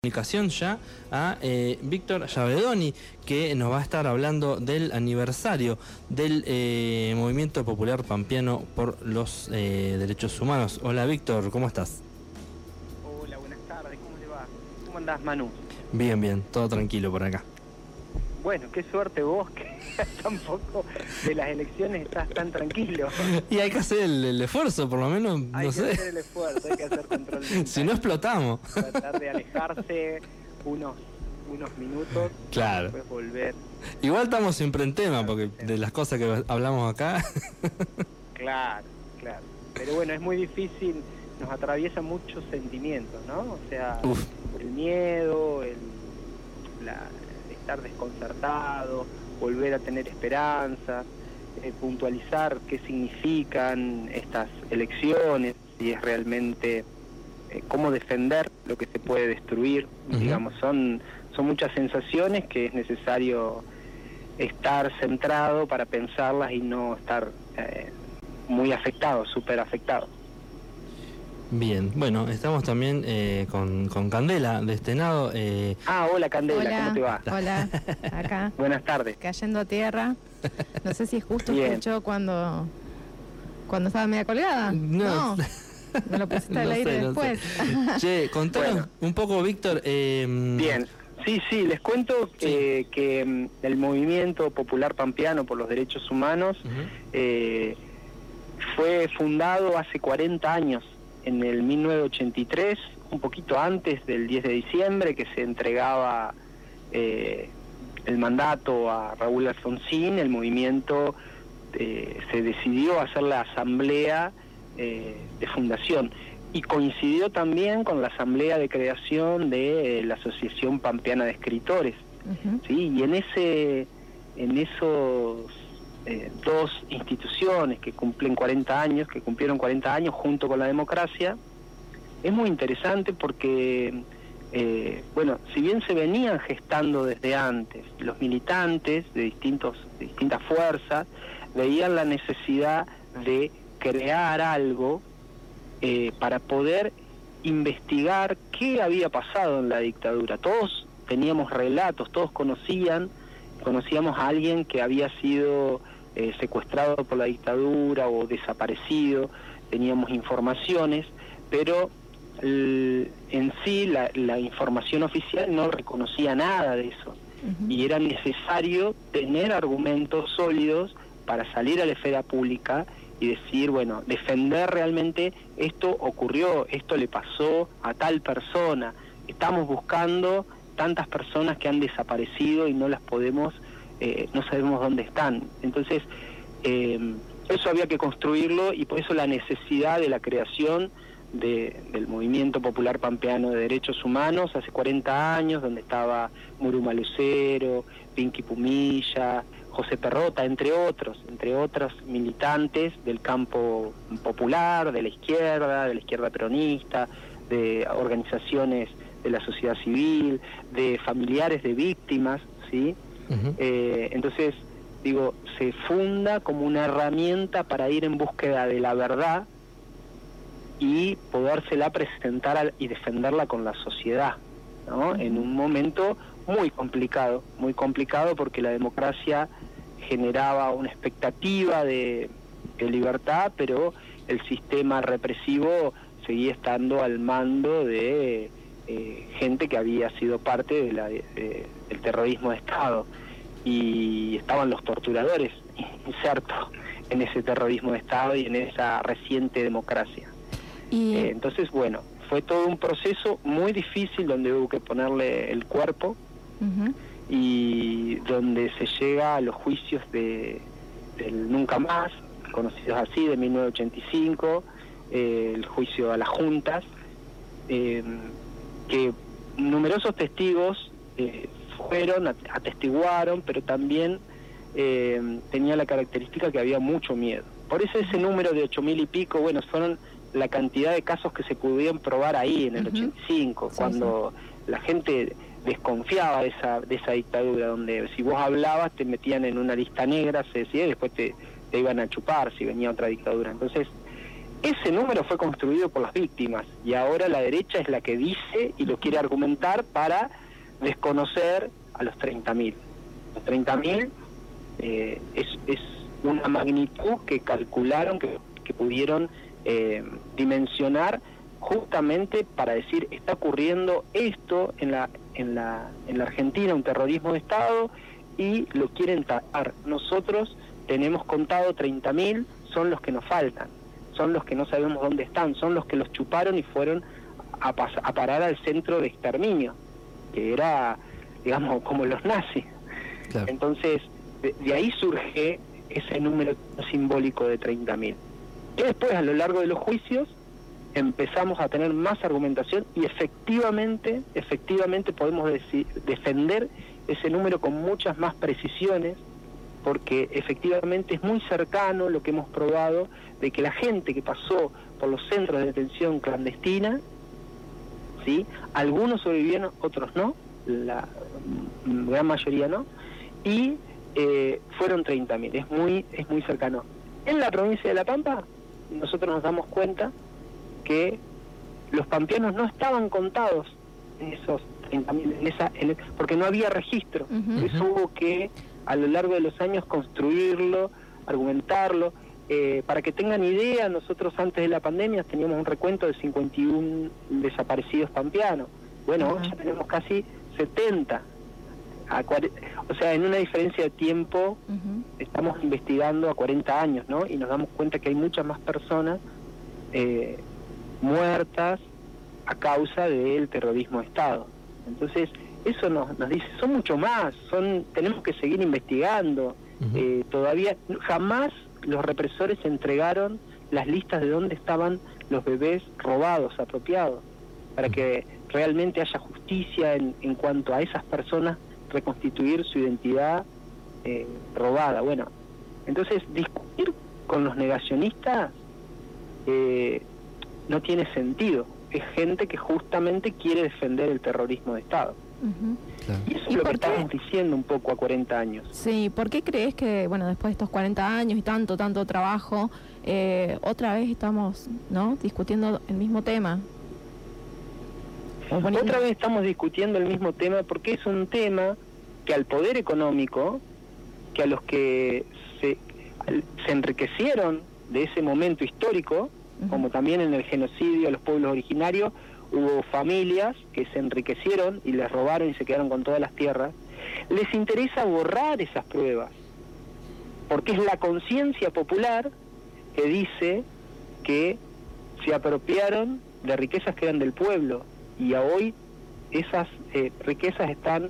comunicación ya a Víctor Yavedoni, que nos va a estar hablando del aniversario del Movimiento Popular Pampeano por los Derechos Humanos. Hola Víctor, ¿cómo estás? Hola, buenas tardes, ¿cómo le va? ¿Cómo andás, Manu? Bien, bien, todo tranquilo por acá. Bueno, qué suerte vos que tampoco de las elecciones estás tan tranquilo. Y hay que hacer el esfuerzo, por lo menos, hay no que sé. hacer el esfuerzo, hay que hacer control mental. Si no explotamos. Tratar de alejarse unos minutos, claro. Después volver. Igual estamos siempre en tema, porque de las cosas que hablamos acá. Claro. Pero bueno, es muy difícil, nos atraviesa muchos sentimientos, ¿no? O sea, el miedo, estar desconcertado, volver a tener esperanza, puntualizar qué significan estas elecciones, si es realmente cómo defender lo que se puede destruir. Digamos, son muchas sensaciones que es necesario estar centrado para pensarlas y no estar muy afectado, súper afectado. Bien, bueno, estamos también con Candela de este lado. Hola Candela, hola, ¿cómo te va? Hola, acá. Buenas tardes. Cayendo a tierra. No sé si es justo escuchó cuando estaba media colgada. No. Me lo pusiste al aire después. Che, contanos un poco, Víctor. Bien. Sí, les cuento que el Movimiento Popular Pampeano por los Derechos Humanos fue fundado hace 40 años, en el 1983, un poquito antes del 10 de diciembre, que se entregaba el mandato a Raúl Alfonsín. El movimiento se decidió hacer la asamblea de fundación, y coincidió también con la asamblea de creación de la Asociación Pampeana de Escritores. ¿Sí? Y en esos dos instituciones que cumplieron 40 años junto con la democracia, es muy interesante porque si bien se venían gestando desde antes, los militantes de distintas fuerzas veían la necesidad de crear algo para poder investigar qué había pasado en la dictadura. Todos teníamos relatos, todos conocíamos a alguien que había sido secuestrado por la dictadura o desaparecido, teníamos informaciones, pero en sí la información oficial no reconocía nada de eso, y era necesario tener argumentos sólidos para salir a la esfera pública y decir, bueno, defender realmente esto ocurrió, esto le pasó a tal persona, estamos buscando tantas personas que han desaparecido y no las podemos, no sabemos dónde están. Entonces, eso había que construirlo, y por eso la necesidad de la creación del Movimiento Popular Pampeano de Derechos Humanos hace 40 años, donde estaba Muruma Lucero, Pinky Pumilla, José Perrota, entre otros militantes del campo popular, de la izquierda peronista, de organizaciones de la sociedad civil, de familiares de víctimas, ¿sí? Entonces, digo, se funda como una herramienta para ir en búsqueda de la verdad y podérsela presentar y defenderla con la sociedad, ¿no? En un momento muy complicado porque la democracia generaba una expectativa de libertad, pero el sistema represivo seguía estando al mando de gente que había sido parte del terrorismo de Estado, y estaban los torturadores insertos en ese terrorismo de Estado y en esa reciente democracia. Entonces, bueno, fue todo un proceso muy difícil donde hubo que ponerle el cuerpo, y donde se llega a los juicios del Nunca Más, conocidos así, de 1985, el juicio a las juntas, que numerosos testigos atestiguaron, pero también tenía la característica que había mucho miedo. Por eso ese número de 8.000 y pico, bueno, fueron la cantidad de casos que se pudieron probar ahí en el 85, cuando la gente desconfiaba de esa dictadura, donde si vos hablabas te metían en una lista negra, se decía, y después te iban a chupar si venía otra dictadura. Entonces, ese número fue construido por las víctimas y ahora la derecha es la que dice y lo quiere argumentar para desconocer a los 30.000. Los 30.000 es una magnitud que calcularon, que pudieron dimensionar justamente para decir, está ocurriendo esto en la Argentina, un terrorismo de Estado, y lo quieren tapar. Nosotros tenemos contado 30.000, son los que nos faltan, son los que no sabemos dónde están, son los que los chuparon y fueron a parar al centro de exterminio, que era, digamos, como los nazis. Claro. Entonces, de ahí surge ese número simbólico de 30.000. Que después, a lo largo de los juicios, empezamos a tener más argumentación y efectivamente podemos defender ese número con muchas más precisiones, porque efectivamente es muy cercano lo que hemos probado de que la gente que pasó por los centros de detención clandestina, ¿sí? Algunos sobrevivieron, otros no, la gran mayoría no, y fueron 30.000, es muy cercano. En la provincia de La Pampa, nosotros nos damos cuenta que los pampeanos no estaban contados en esos 30.000, porque no había registro. Eso hubo que, a lo largo de los años, construirlo, argumentarlo. Para que tengan idea, nosotros antes de la pandemia teníamos un recuento de 51 desaparecidos pampeanos. Bueno, hoy ya tenemos casi 70. O sea, en una diferencia de tiempo, estamos investigando a 40 años, ¿no? Y nos damos cuenta que hay muchas más personas muertas a causa del terrorismo de Estado. Entonces, eso nos dice, son mucho más, tenemos que seguir investigando. Todavía jamás los represores entregaron las listas de dónde estaban los bebés robados, apropiados, para que realmente haya justicia en cuanto a esas personas, reconstituir su identidad robada. Bueno, entonces discutir con los negacionistas no tiene sentido. Es gente que justamente quiere defender el terrorismo de Estado. Claro. Y eso es lo que estamos diciendo un poco a 40 años. Sí, ¿por qué crees que, bueno, después de estos 40 años y tanto trabajo, otra vez estamos, ¿no?, discutiendo el mismo tema? Otra vez estamos discutiendo el mismo tema porque es un tema que al poder económico, que a los que se enriquecieron de ese momento histórico, como también en el genocidio a los pueblos originarios, hubo familias que se enriquecieron y les robaron y se quedaron con todas las tierras, les interesa borrar esas pruebas, porque es la conciencia popular que dice que se apropiaron de riquezas que eran del pueblo, y a hoy esas riquezas están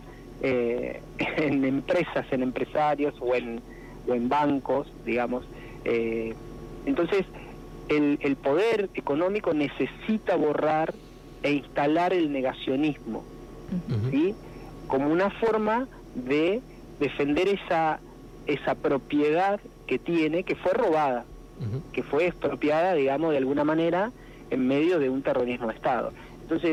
en empresas, en empresarios o en bancos, digamos. Entonces, el poder económico necesita borrar e instalar el negacionismo, ¿sí?, como una forma de defender esa propiedad que tiene, que fue robada, que fue expropiada, digamos, de alguna manera, en medio de un terrorismo de Estado. Entonces,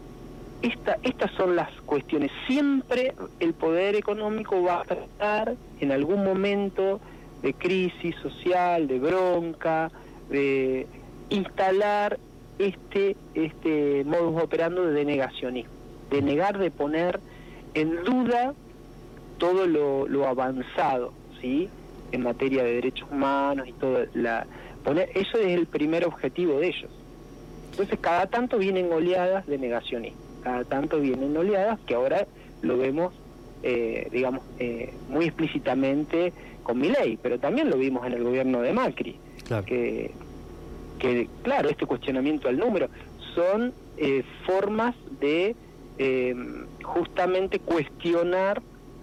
estas son las cuestiones. Siempre el poder económico va a tratar, en algún momento de crisis social, de bronca, de instalar este modus operandi de negacionismo, de negar, de poner en duda todo lo avanzado, ¿sí?, en materia de derechos humanos y todo. Eso es el primer objetivo de ellos. Entonces, cada tanto vienen oleadas de negacionismo, cada tanto vienen oleadas que ahora lo vemos, digamos, muy explícitamente con Milei, pero también lo vimos en el gobierno de Macri. Claro. Que claro, este cuestionamiento al número son formas de justamente cuestionar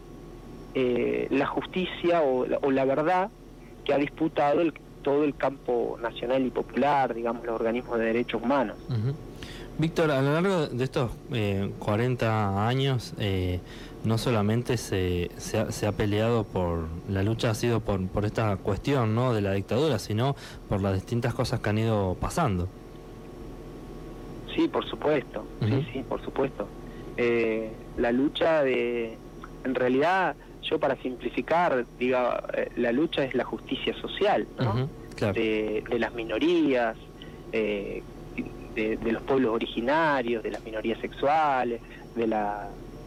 la justicia o la verdad que ha disputado todo el campo nacional y popular, digamos, los organismos de derechos humanos. Víctor, a lo largo de estos 40 años, no solamente se ha peleado la lucha ha sido por esta cuestión, ¿no?, de la dictadura, sino por las distintas cosas que han ido pasando. Sí, por supuesto, sí, por supuesto. La lucha en realidad, yo para simplificar, diga, la lucha es la justicia social, ¿no? Claro. De las minorías, de los pueblos originarios, de las minorías sexuales, de la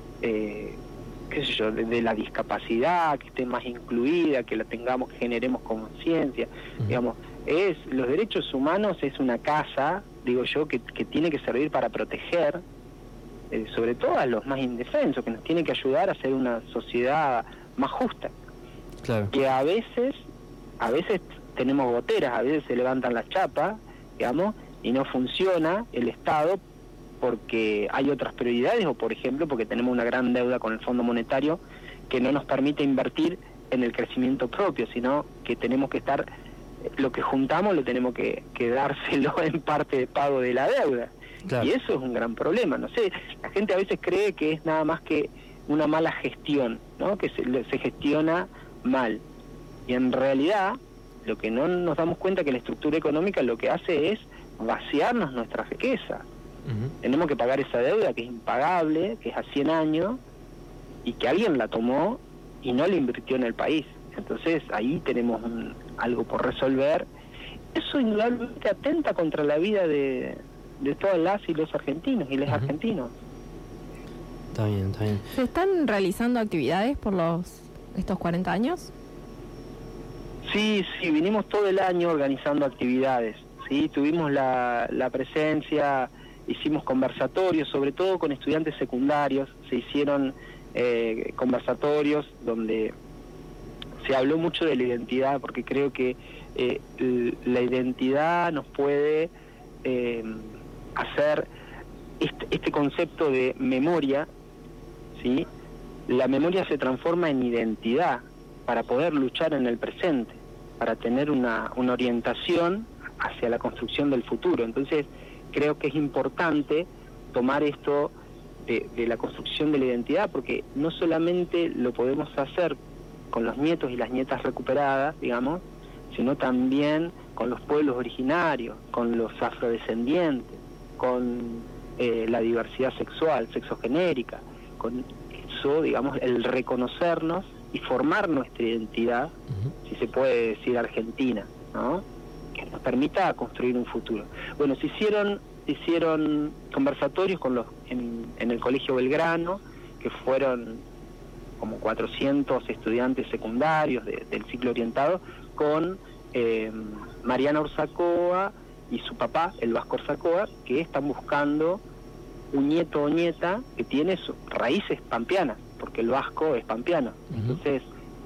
de la discapacidad, que esté más incluida, que la tengamos, que generemos conciencia. Digamos, los derechos humanos es una casa, digo yo, que tiene que servir para proteger, sobre todo a los más indefensos, que nos tiene que ayudar a ser una sociedad más justa. Claro. Que a veces tenemos goteras, a veces se levantan las chapas, digamos, y no funciona el Estado porque hay otras prioridades, o por ejemplo porque tenemos una gran deuda con el Fondo Monetario que no nos permite invertir en el crecimiento propio, sino que tenemos que estar, lo que juntamos lo tenemos que dárselo en parte de pago de la deuda. Claro. Y eso es un gran problema. No sé, la gente a veces cree que es nada más que una mala gestión, ¿no? Que se gestiona mal. Y en realidad, lo que no nos damos cuenta que la estructura económica lo que hace es vaciarnos nuestra riqueza. Tenemos que pagar esa deuda que es impagable, que es a 100 años, y que alguien la tomó y no la invirtió en el país. Entonces ahí tenemos algo por resolver. Eso indudablemente atenta contra la vida de todas las y los argentinos y los argentinos. Está bien, está bien. ¿Se están realizando actividades por estos 40 años? Sí, vinimos todo el año organizando actividades. Sí, tuvimos la presencia, hicimos conversatorios, sobre todo con estudiantes secundarios. Se hicieron conversatorios donde se habló mucho de la identidad, porque creo que la identidad nos puede hacer este concepto de memoria, ¿sí? La memoria se transforma en identidad para poder luchar en el presente, para tener una orientación hacia la construcción del futuro. Entonces creo que es importante tomar esto de la construcción de la identidad, porque no solamente lo podemos hacer con los nietos y las nietas recuperadas, digamos, sino también con los pueblos originarios, con los afrodescendientes, con la diversidad sexual, sexogenérica, con eso, digamos, el reconocernos y formar nuestra identidad, si se puede decir argentina, ¿no? Que nos permita construir un futuro. Bueno, se hicieron conversatorios en el Colegio Belgrano, que fueron como 400 estudiantes secundarios del ciclo orientado, con Mariana Orzacoa y su papá, el Vasco Orzacoa, que están buscando un nieto o nieta que tiene sus raíces pampeanas, porque el vasco es pampeano. Entonces,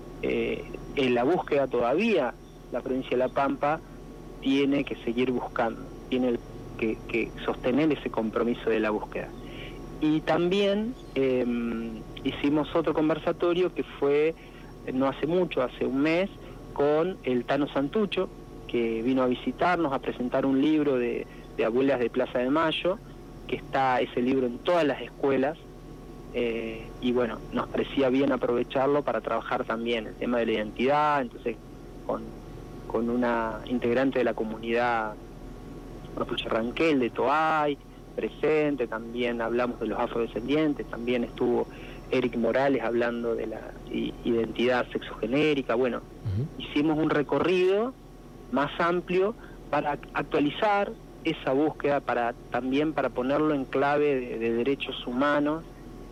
en la búsqueda todavía, la provincia de La Pampa tiene que seguir buscando, tiene que sostener ese compromiso de la búsqueda. Y también hicimos otro conversatorio que fue, no hace mucho, hace un mes, con el Tano Santucho, que vino a visitarnos, a presentar un libro de abuelas de Plaza de Mayo, que está ese libro en todas las escuelas, y bueno, nos parecía bien aprovecharlo para trabajar también el tema de la identidad. Entonces con una integrante de la comunidad Mapuche Ranquel de Toay presente, también hablamos de los afrodescendientes, también estuvo Eric Morales hablando de la identidad sexogenérica. Bueno, hicimos un recorrido más amplio para actualizar esa búsqueda, también para ponerlo en clave de derechos humanos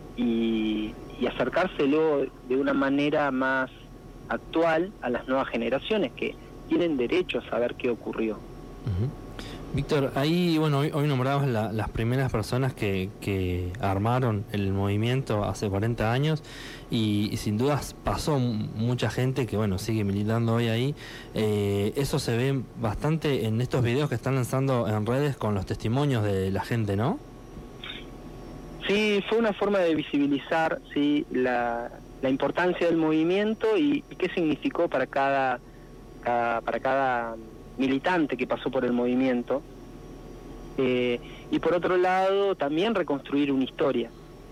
y acercárselo de una manera más actual a las nuevas generaciones que tienen derecho a saber qué ocurrió. Víctor, ahí, bueno, hoy nombrabas las primeras personas que armaron el movimiento hace 40 años y sin dudas pasó mucha gente que, bueno, sigue militando hoy ahí. Eso se ve bastante en estos videos que están lanzando en redes con los testimonios de la gente, ¿no? Sí, fue una forma de visibilizar, sí, la importancia del movimiento y qué significó para cada militante que pasó por el movimiento, y por otro lado también reconstruir una historia,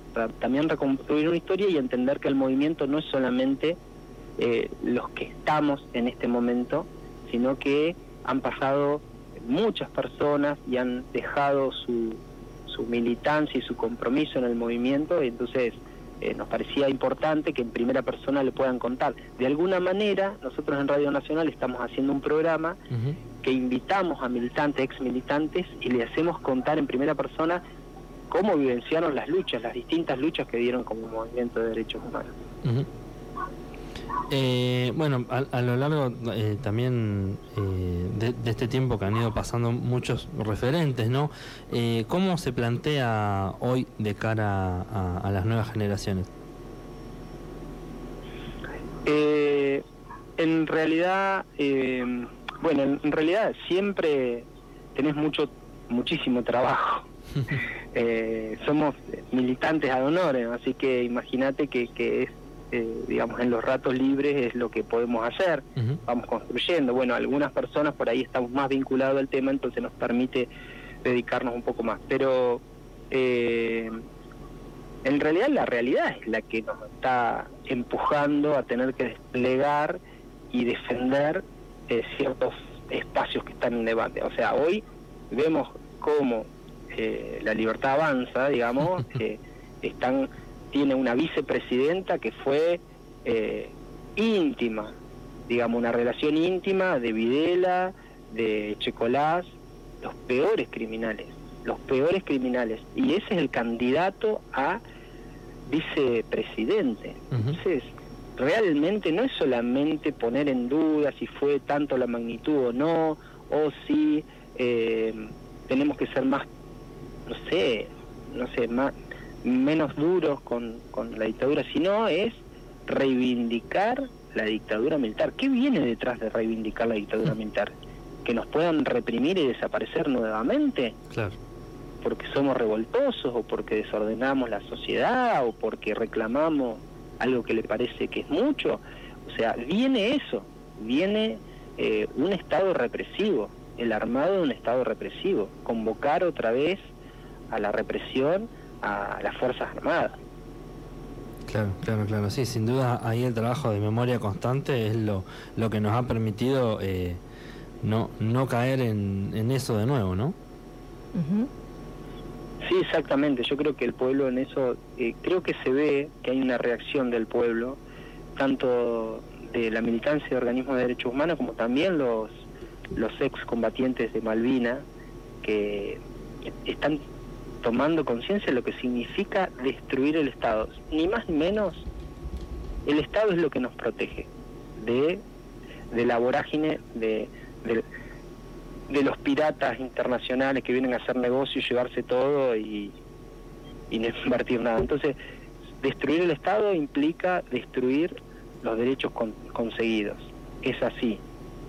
y entender que el movimiento no es solamente los que estamos en este momento, sino que han pasado muchas personas y han dejado su militancia y su compromiso en el movimiento, y entonces nos parecía importante que en primera persona le puedan contar. De alguna manera, nosotros en Radio Nacional estamos haciendo un programa que invitamos a militantes, ex militantes, y le hacemos contar en primera persona cómo vivenciaron las luchas, las distintas luchas que dieron como movimiento de derechos humanos. Bueno, a lo largo también de este tiempo que han ido pasando muchos referentes, ¿no? ¿Cómo se plantea hoy de cara a las nuevas generaciones? En realidad, en realidad siempre tenés muchísimo trabajo. Somos militantes ad honorem, así que imagínate que es, digamos, en los ratos libres es lo que podemos hacer. Vamos construyendo. Bueno, algunas personas por ahí estamos más vinculados al tema, entonces nos permite dedicarnos un poco más. Pero en realidad la realidad es la que nos está empujando a tener que desplegar y defender ciertos espacios que están en debate. O sea, hoy vemos cómo la libertad avanza, digamos, tiene una vicepresidenta que fue íntima, digamos, una relación íntima de Videla, de Checolás, los peores criminales, y ese es el candidato a vicepresidente. Entonces, realmente no es solamente poner en duda si fue tanto la magnitud o no, o si tenemos que ser más, menos duros con la dictadura, sino es reivindicar la dictadura militar. ¿Qué viene detrás de reivindicar la dictadura militar? ¿Que nos puedan reprimir y desaparecer nuevamente? Claro. ¿Porque somos revoltosos, o porque desordenamos la sociedad, o porque reclamamos algo que le parece que es mucho? O sea, viene eso, viene un Estado represivo, el armado de un Estado represivo, convocar otra vez a la represión a las Fuerzas Armadas. Claro, sí, sin duda ahí el trabajo de memoria constante es lo que nos ha permitido no caer en eso de nuevo, ¿no? Sí, exactamente. Yo creo que el pueblo en eso, creo que se ve que hay una reacción del pueblo, tanto de la militancia de organismos de derechos humanos como también los excombatientes de Malvinas, que están tomando conciencia de lo que significa destruir el Estado. Ni más ni menos, el Estado es lo que nos protege de la vorágine de los piratas internacionales que vienen a hacer negocio y llevarse todo y no invertir nada. Entonces, destruir el Estado implica destruir los derechos conseguidos. Es así.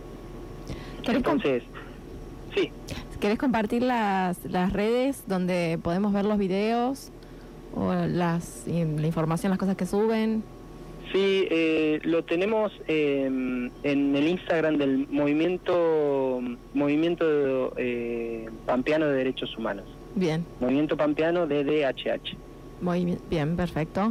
Entonces, sí. ¿Querés compartir las redes donde podemos ver los videos o la información, las cosas que suben? Sí, lo tenemos en el Instagram del Movimiento Pampeano de Derechos Humanos. Bien. Movimiento Pampeano DDHH. Muy bien, perfecto.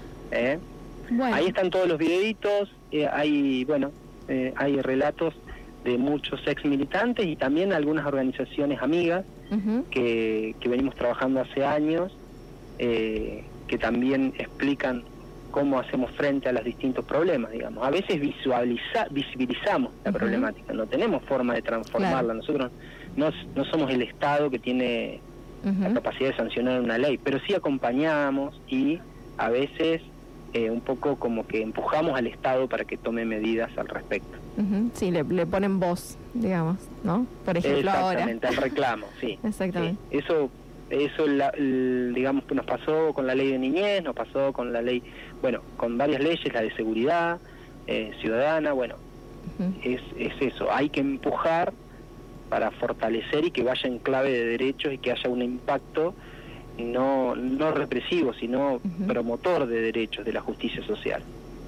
Bueno. Ahí están todos los videitos, hay relatos de muchos ex militantes y también algunas organizaciones amigas que venimos trabajando hace años, que también explican cómo hacemos frente a los distintos problemas, digamos. A veces visibilizamos la problemática, no tenemos forma de transformarla. Claro. Nosotros no somos el Estado que tiene la capacidad de sancionar una ley, pero sí acompañamos y a veces un poco como que empujamos al Estado para que tome medidas al respecto. Sí, le ponen voz, digamos, ¿no? Por ejemplo, exactamente, ahora. Al reclamo, sí. Exactamente. Sí. Eso digamos, nos pasó con la ley de niñez, nos pasó con la ley, con varias leyes, la de seguridad ciudadana, es eso, hay que empujar para fortalecer y que vaya en clave de derechos y que haya un impacto no represivo, sino promotor de derechos, de la justicia social.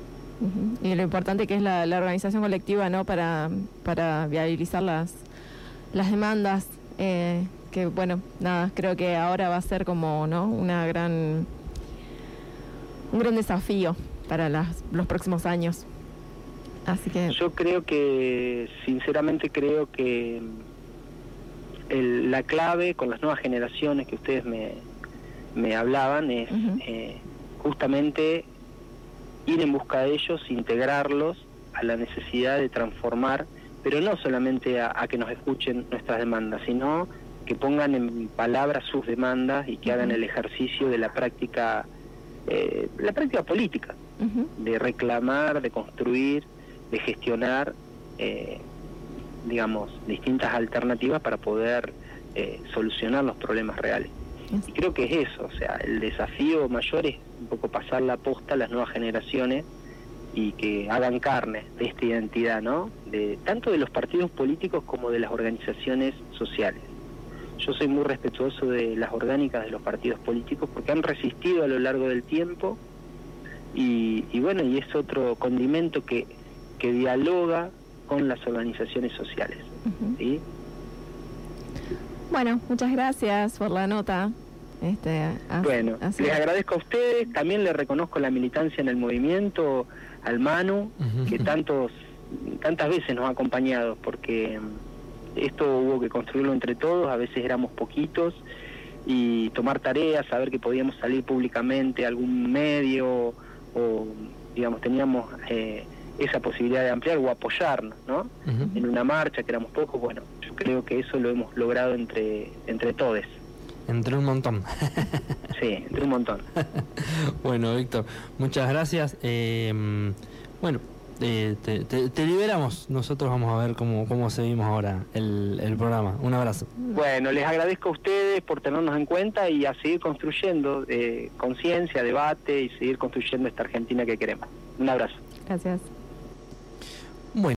Y lo importante que es la organización colectiva, ¿no? Para viabilizar las demandas, que creo que ahora va a ser como, ¿no? un gran desafío para los próximos años. Así que yo sinceramente creo que la clave con las nuevas generaciones que ustedes me hablaban es justamente ir en busca de ellos, integrarlos a la necesidad de transformar pero no solamente a que nos escuchen nuestras demandas, sino que pongan en palabras sus demandas y que hagan el ejercicio de la práctica política, de reclamar, de construir, de gestionar, digamos, distintas alternativas para poder solucionar los problemas reales. Y creo que es eso, o sea, el desafío mayor es un poco pasar la posta a las nuevas generaciones y que hagan carne de esta identidad, ¿no? Tanto de los partidos políticos como de las organizaciones sociales. Yo soy muy respetuoso de las orgánicas de los partidos políticos porque han resistido a lo largo del tiempo y bueno, y es otro condimento que dialoga con las organizaciones sociales. ¿Sí? Bueno, muchas gracias por la nota. Bueno, les agradezco a ustedes, también les reconozco la militancia en el movimiento, al Manu, que tantas veces nos ha acompañado, porque esto hubo que construirlo entre todos, a veces éramos poquitos, y tomar tareas, saber que podíamos salir públicamente a algún medio, o digamos, teníamos esa posibilidad de ampliar o apoyarnos, ¿no? En una marcha, que éramos pocos, bueno, yo creo que eso lo hemos logrado entre todos. Entre un montón. Sí, entre un montón. Bueno, Víctor, muchas gracias. Bueno, te liberamos. Nosotros vamos a ver cómo seguimos ahora el programa. Un abrazo. Bueno, les agradezco a ustedes por tenernos en cuenta y a seguir construyendo conciencia, debate y seguir construyendo esta Argentina que queremos. Un abrazo. Gracias.